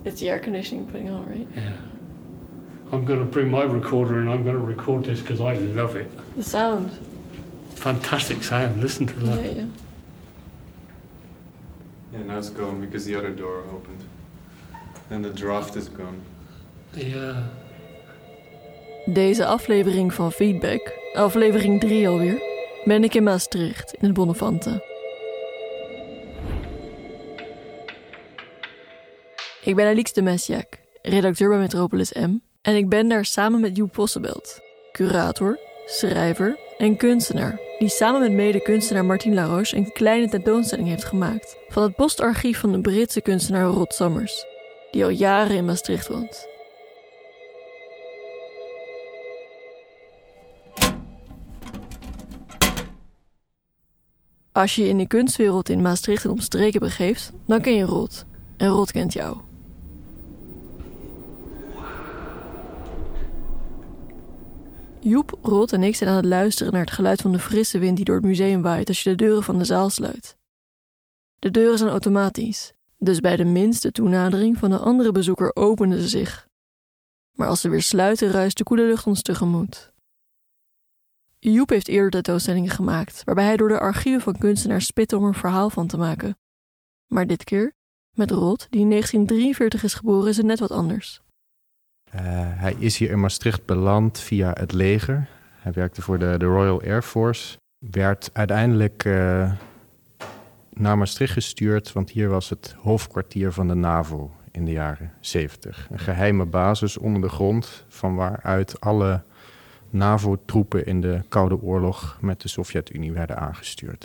It's the air conditioning putting on, right? Yeah. I'm going to bring my recorder and I'm going to record this because I love it. The sound. Fantastic sound. Listen to that. Yeah. Yeah, now it's gone because the other door opened. And the draft is gone. Yeah. Deze aflevering van Feedback, aflevering 3 alweer, ben ik in Maastricht, in het Bonnefante. Ik ben Alix de Messiac, redacteur bij Metropolis M, en ik ben daar samen met Joep Possebelt, curator, schrijver en kunstenaar, die samen met mede-kunstenaar Martine Laroche een kleine tentoonstelling heeft gemaakt van het postarchief van de Britse kunstenaar Rod Sommers, die al jaren in Maastricht woont. Als je je in de kunstwereld in Maastricht en omstreken begeeft, dan ken je Rod. En Rod kent jou. Joep, Rod en ik zijn aan het luisteren naar het geluid van de frisse wind die door het museum waait als je de deuren van de zaal sluit. De deuren zijn automatisch, dus bij de minste toenadering van een andere bezoeker openen ze zich. Maar als ze weer sluiten, ruist de koele lucht ons tegemoet. Joep heeft eerder tentoonstellingen gemaakt, waarbij hij door de archieven van kunstenaars spitte om er een verhaal van te maken. Maar dit keer, met Rod, die in 1943 is geboren, is het net wat anders. Hij is hier in Maastricht beland via het leger. Hij werkte voor de Royal Air Force. Werd uiteindelijk naar Maastricht gestuurd, want hier was het hoofdkwartier van de NAVO in de jaren 70. Een geheime basis onder de grond van waaruit alle NAVO-troepen in de Koude Oorlog met de Sovjet-Unie werden aangestuurd.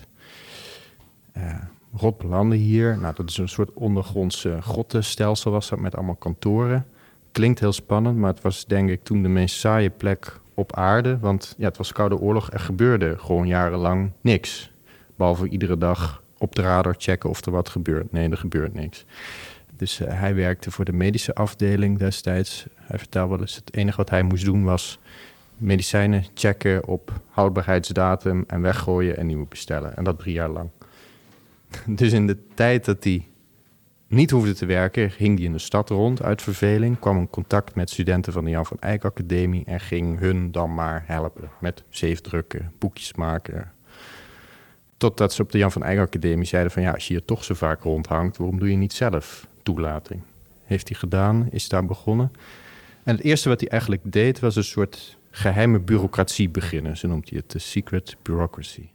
Rod belandde hier. Nou, dat is een soort ondergrondse grottenstelsel was dat met allemaal kantoren. Klinkt heel spannend, maar het was denk ik toen de meest saaie plek op aarde. Want ja, het was Koude Oorlog, er gebeurde gewoon jarenlang niks. Behalve iedere dag op de radar checken of er wat gebeurt. Nee, er gebeurt niks. Dus hij werkte voor de medische afdeling destijds. Hij vertelde wel eens, het enige wat hij moest doen was medicijnen checken op houdbaarheidsdatum en weggooien en nieuwe bestellen. En dat 3 jaar lang. Dus in de tijd dat hij niet hoefde te werken, ging hij in de stad rond uit verveling, kwam in contact met studenten van de Jan van Eyck Academie en ging hun dan maar helpen met zeefdrukken, boekjes maken. Totdat ze op de Jan van Eyck Academie zeiden van ja, als je hier toch zo vaak rondhangt, waarom doe je niet zelf toelating? Heeft hij gedaan, is daar begonnen. En het eerste wat hij eigenlijk deed was een soort geheime bureaucratie beginnen. Zo noemt hij het, de secret bureaucracy.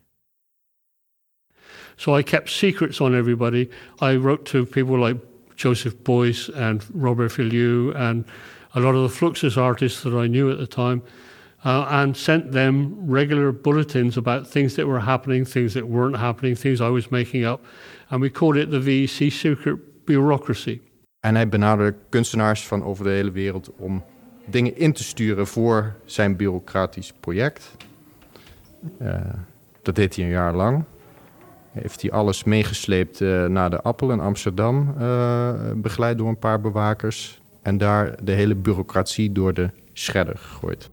So I kept secrets on everybody. I wrote to people like Joseph Beuys and Robert Filliou and a lot of the Fluxus artists that I knew at the time, and sent them regular bulletins about things that were happening, things that weren't happening, things I was making up. And we called it the VEC secret bureaucracy. En hij benaderde kunstenaars van over de hele wereld om dingen in te sturen voor zijn bureaucratisch project. Dat deed hij een jaar lang. Heeft hij alles meegesleept naar de Appel in Amsterdam, begeleid door een paar bewakers. En daar de hele bureaucratie door de shredder gegooid.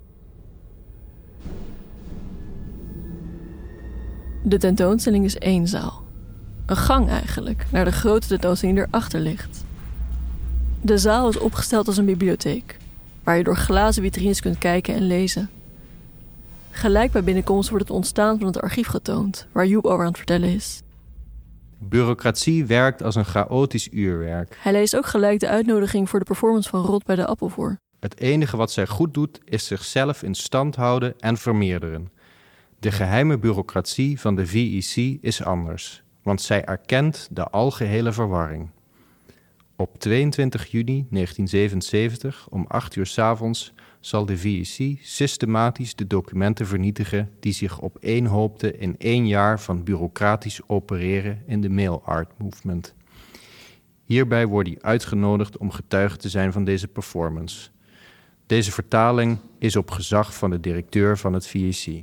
De tentoonstelling is 1 zaal. Een gang eigenlijk, naar de grote tentoonstelling die erachter ligt. De zaal is opgesteld als een bibliotheek, waar je door glazen vitrines kunt kijken en lezen. Gelijk bij binnenkomst wordt het ontstaan van het archief getoond, waar Joep over aan het vertellen is. Bureaucratie werkt als een chaotisch uurwerk. Hij leest ook gelijk de uitnodiging voor de performance van Rod bij de Appel voor. Het enige wat zij goed doet, is zichzelf in stand houden en vermeerderen. De geheime bureaucratie van de VEC is anders, want zij erkent de algehele verwarring. Op 22 juni 1977 om 8 uur 's avonds zal de VEC systematisch de documenten vernietigen die zich opeenhoopten in 1 jaar van bureaucratisch opereren in de mail art movement. Hierbij wordt hij uitgenodigd om getuige te zijn van deze performance. Deze vertaling is op gezag van de directeur van het VEC.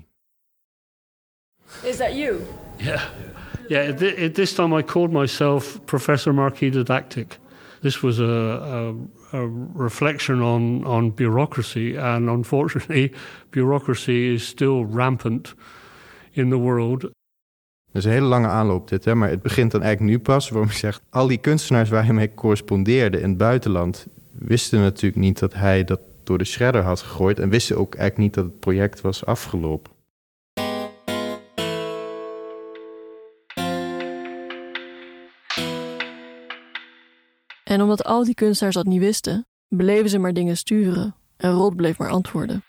Is that you? Yeah. This time I called myself Professor Marquis Didactic. This was a reflection on bureaucracy, and unfortunately, bureaucracy is still rampant in the world. Dat is een hele lange aanloop dit, hè? Maar het begint dan eigenlijk nu pas, waarom ik zeg, al die kunstenaars waar hij mee correspondeerde in het buitenland wisten natuurlijk niet dat hij dat door de shredder had gegooid en wisten ook eigenlijk niet dat het project was afgelopen. En omdat al die kunstenaars dat niet wisten, bleven ze maar dingen sturen en Rod bleef maar antwoorden.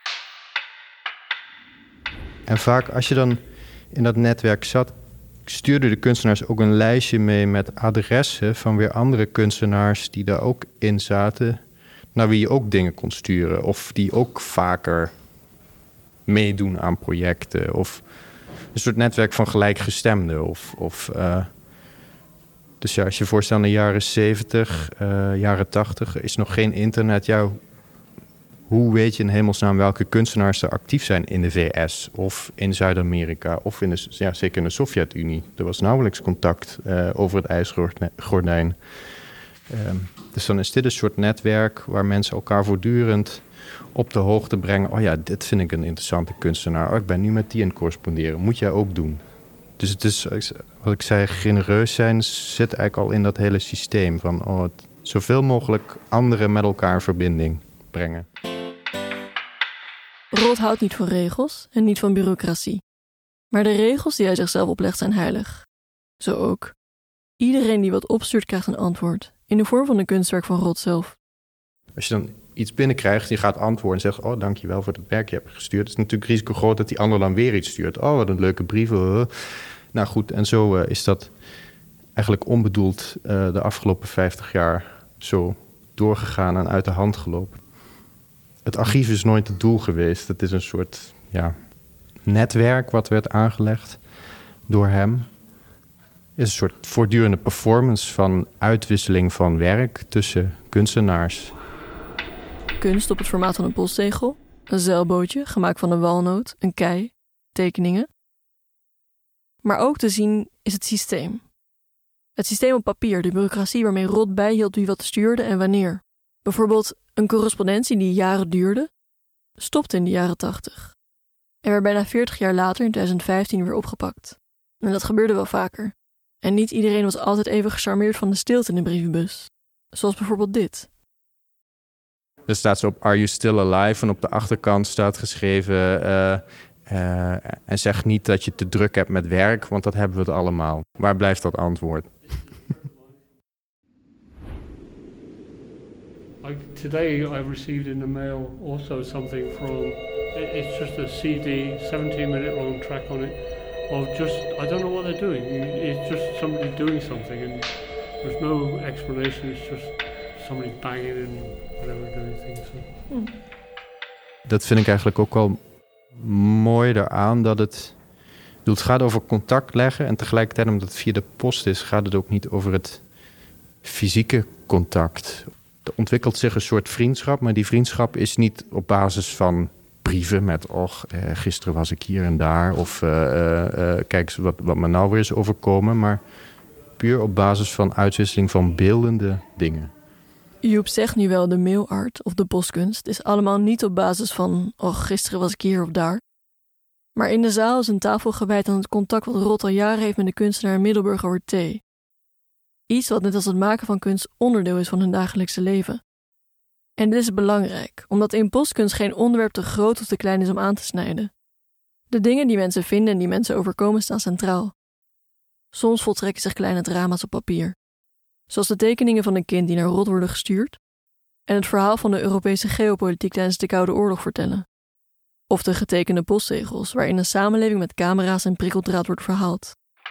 En vaak als je dan in dat netwerk zat, stuurden de kunstenaars ook een lijstje mee met adressen van weer andere kunstenaars die daar ook in zaten, naar wie je ook dingen kon sturen of die ook vaker meedoen aan projecten of een soort netwerk van gelijkgestemden. Dus ja, als je voorstelt in de jaren 70, jaren 80, is nog geen internet. Ja, hoe weet je in hemelsnaam welke kunstenaars er actief zijn in de VS of in Zuid-Amerika of zeker in de Sovjet-Unie? Er was nauwelijks contact over het ijsgordijn. Dus dan is dit een soort netwerk waar mensen elkaar voortdurend op de hoogte brengen. Oh ja, dit vind ik een interessante kunstenaar. Oh, ik ben nu met die aan het corresponderen. Moet jij ook doen. Dus het is, wat ik zei, genereus zijn zit eigenlijk al in dat hele systeem van het zoveel mogelijk anderen met elkaar in verbinding brengen. Rod houdt niet van regels en niet van bureaucratie. Maar de regels die hij zichzelf oplegt zijn heilig. Zo ook. Iedereen die wat opstuurt krijgt een antwoord. In de vorm van een kunstwerk van Rod zelf. Als je dan iets binnenkrijgt, je gaat antwoorden en zegt, dankjewel voor het werk je hebt gestuurd. Het is natuurlijk risico groot dat die ander dan weer iets stuurt. Wat een leuke brief. Nou goed, en zo is dat eigenlijk onbedoeld de afgelopen 50 jaar zo doorgegaan en uit de hand gelopen. Het archief is nooit het doel geweest. Het is een soort netwerk wat werd aangelegd door hem. Het is een soort voortdurende performance van uitwisseling van werk tussen kunstenaars. Kunst op het formaat van een postzegel, een zeilbootje gemaakt van een walnoot, een kei, tekeningen. Maar ook te zien is het systeem. Het systeem op papier, de bureaucratie waarmee Rod bijhield wie wat stuurde en wanneer. Bijvoorbeeld een correspondentie die jaren duurde, stopte in de jaren 80. En werd bijna 40 jaar later, in 2015, weer opgepakt. En dat gebeurde wel vaker. En niet iedereen was altijd even gecharmeerd van de stilte in de brievenbus. Zoals bijvoorbeeld dit. Er staat zo op Are You Still Alive? En op de achterkant staat geschreven en zeg niet dat je te druk hebt met werk, want dat hebben we het allemaal. Waar blijft dat antwoord? Today I received in the mail also something from, it's just a CD, 17-minute long track on it, of just, I don't know what they're doing. It's just somebody doing something and there's no explanation, it's just somebody banging and whatever doing things. Dat vind ik eigenlijk ook wel mooi daaraan, dat het gaat over contact leggen en tegelijkertijd, omdat het via de post is, gaat het ook niet over het fysieke contact. Er ontwikkelt zich een soort vriendschap, maar die vriendschap is niet op basis van brieven met gisteren was ik hier en daar of kijk eens wat me nou weer is overkomen, maar puur op basis van uitwisseling van beeldende dingen. Joep zegt nu wel de mailart of de postkunst is allemaal niet op basis van gisteren was ik hier of daar. Maar in de zaal is een tafel gewijd aan het contact wat Rod al jaren heeft met de kunstenaar in Middelburg over thee. Iets wat net als het maken van kunst onderdeel is van hun dagelijkse leven. En dit is belangrijk, omdat in postkunst geen onderwerp te groot of te klein is om aan te snijden. De dingen die mensen vinden en die mensen overkomen staan centraal. Soms voltrekken zich kleine drama's op papier. Zoals de tekeningen van een kind die naar Rod worden gestuurd en het verhaal van de Europese geopolitiek tijdens de Koude Oorlog vertellen. Of de getekende postzegels waarin een samenleving met camera's en prikkeldraad wordt verhaald.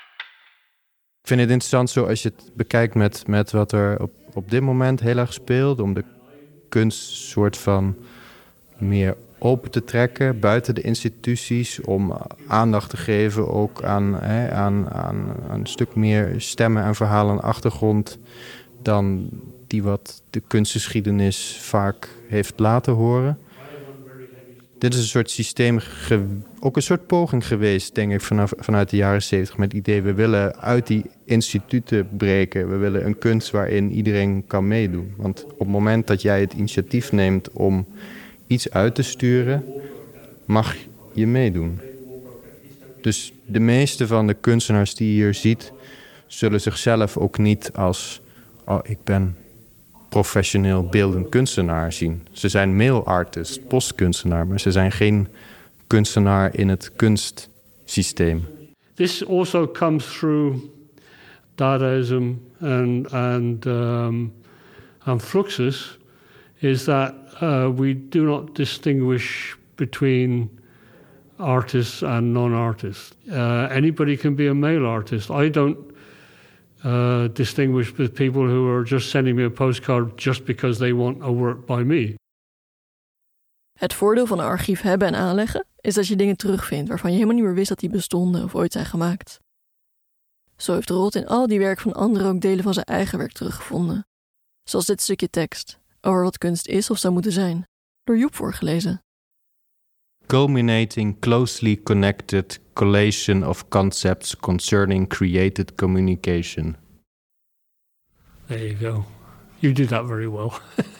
Ik vind het interessant zo als je het bekijkt met wat er op dit moment heel erg speelt, om de kunst soort van meer open te trekken buiten de instituties, om aandacht te geven ook aan een stuk meer stemmen en verhalen en achtergrond dan die wat de kunstgeschiedenis vaak heeft laten horen. Dit is een soort systeem, ook een soort poging geweest, denk ik, vanuit de jaren 70 met het idee, we willen uit die instituten breken. We willen een kunst waarin iedereen kan meedoen. Want op het moment dat jij het initiatief neemt om iets uit te sturen, mag je meedoen. Dus de meeste van de kunstenaars die je hier ziet, zullen zichzelf ook niet als, ik ben professioneel beeldend kunstenaar zien. Ze zijn mail artist, postkunstenaar, maar ze zijn geen kunstenaar in het kunstsysteem. This also comes through Dadaism and Fluxus, is that we do not distinguish between artists and non-artists. Anybody can be a male artist. I don't distinguish with people who are just sending me a postcard just because they want a work by me. Het voordeel van een archief hebben en aanleggen is dat je dingen terugvindt waarvan je helemaal niet meer wist dat die bestonden of ooit zijn gemaakt. Zo heeft Roth in al die werk van anderen ook delen van zijn eigen werk teruggevonden. Zoals dit stukje tekst over wat kunst is of zou moeten zijn, door Joep voorgelezen. Culminating, closely connected collation of concepts concerning created communication. There you go. You did that very well.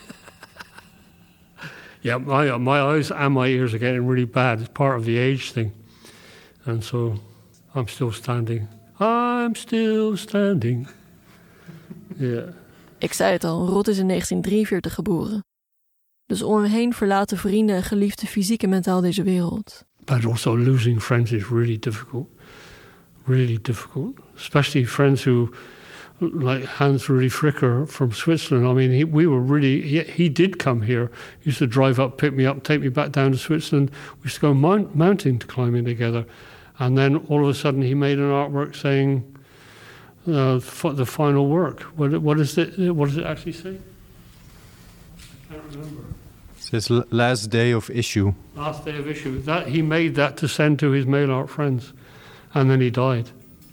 Yeah, my eyes and my ears are getting really bad. It's part of the age thing. And so I'm still standing. I'm still standing. Yeah. Ik zei het al, Roth is in 1943 geboren. Dus om hem heen verlaten vrienden en geliefden fysiek en mentaal deze wereld. But also losing friends is really difficult. Really difficult. Especially friends who, like Hans Rudy Fricker from Switzerland. I mean, he did come here. He used to drive up, pick me up, take me back down to Switzerland. We used to go mountain climbing together. And then all of a sudden he made an artwork saying the final work. What does it actually say? I can't remember. It says last day of issue. Last day of issue. That he made that to send to his mail art friends. And then he died.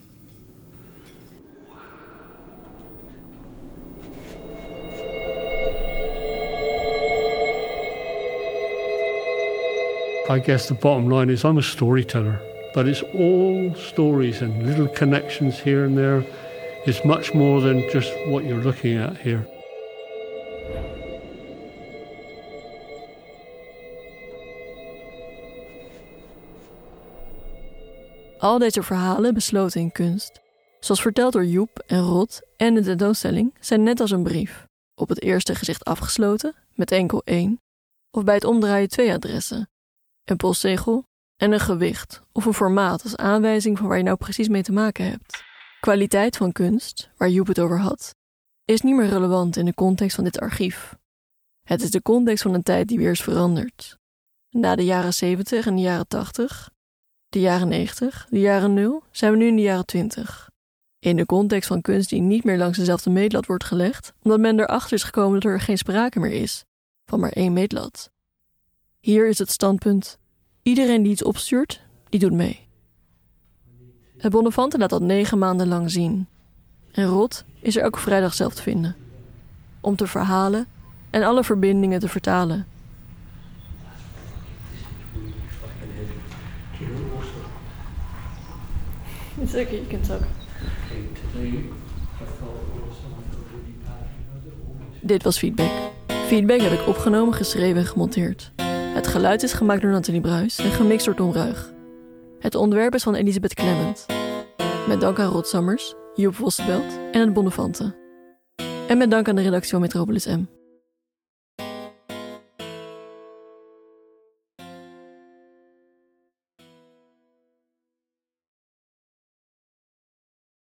I guess the bottom line is I'm a storyteller, but it's all stories and little connections here and there. It's much more than just what you're looking at here. Al deze verhalen besloten in kunst, zoals verteld door Joep en Roth en de tentoonstelling, zijn net als een brief. Op het eerste gezicht afgesloten, met enkel 1, of bij het omdraaien 2 adressen. Een postzegel en een gewicht of een formaat als aanwijzing van waar je nou precies mee te maken hebt. Kwaliteit van kunst, waar Joep het over had, is niet meer relevant in de context van dit archief. Het is de context van een tijd die weer is veranderd. Na de jaren 70 en de jaren 80, de jaren 90, de jaren 0, zijn we nu in de jaren 20. In de context van kunst die niet meer langs dezelfde meetlat wordt gelegd, omdat men erachter is gekomen dat er geen sprake meer is van maar 1 meetlat. Hier is het standpunt: iedereen die iets opstuurt, die doet mee. Het Bonnefante laat dat 9 maanden lang zien. En Roth is er elke vrijdag zelf te vinden. Om te verhalen en alle verbindingen te vertalen. It's okay, you can talk. Dit was Feedback. Feedback heb ik opgenomen, geschreven en gemonteerd. Het geluid is gemaakt door Nathalie Bruis en gemixt door Tom Ruig. Het ontwerp is van Elisabeth Clement. Met dank aan Roth Sammers, Joep Vossenbelt en het Bonnefante. En met dank aan de redactie van Metropolis M.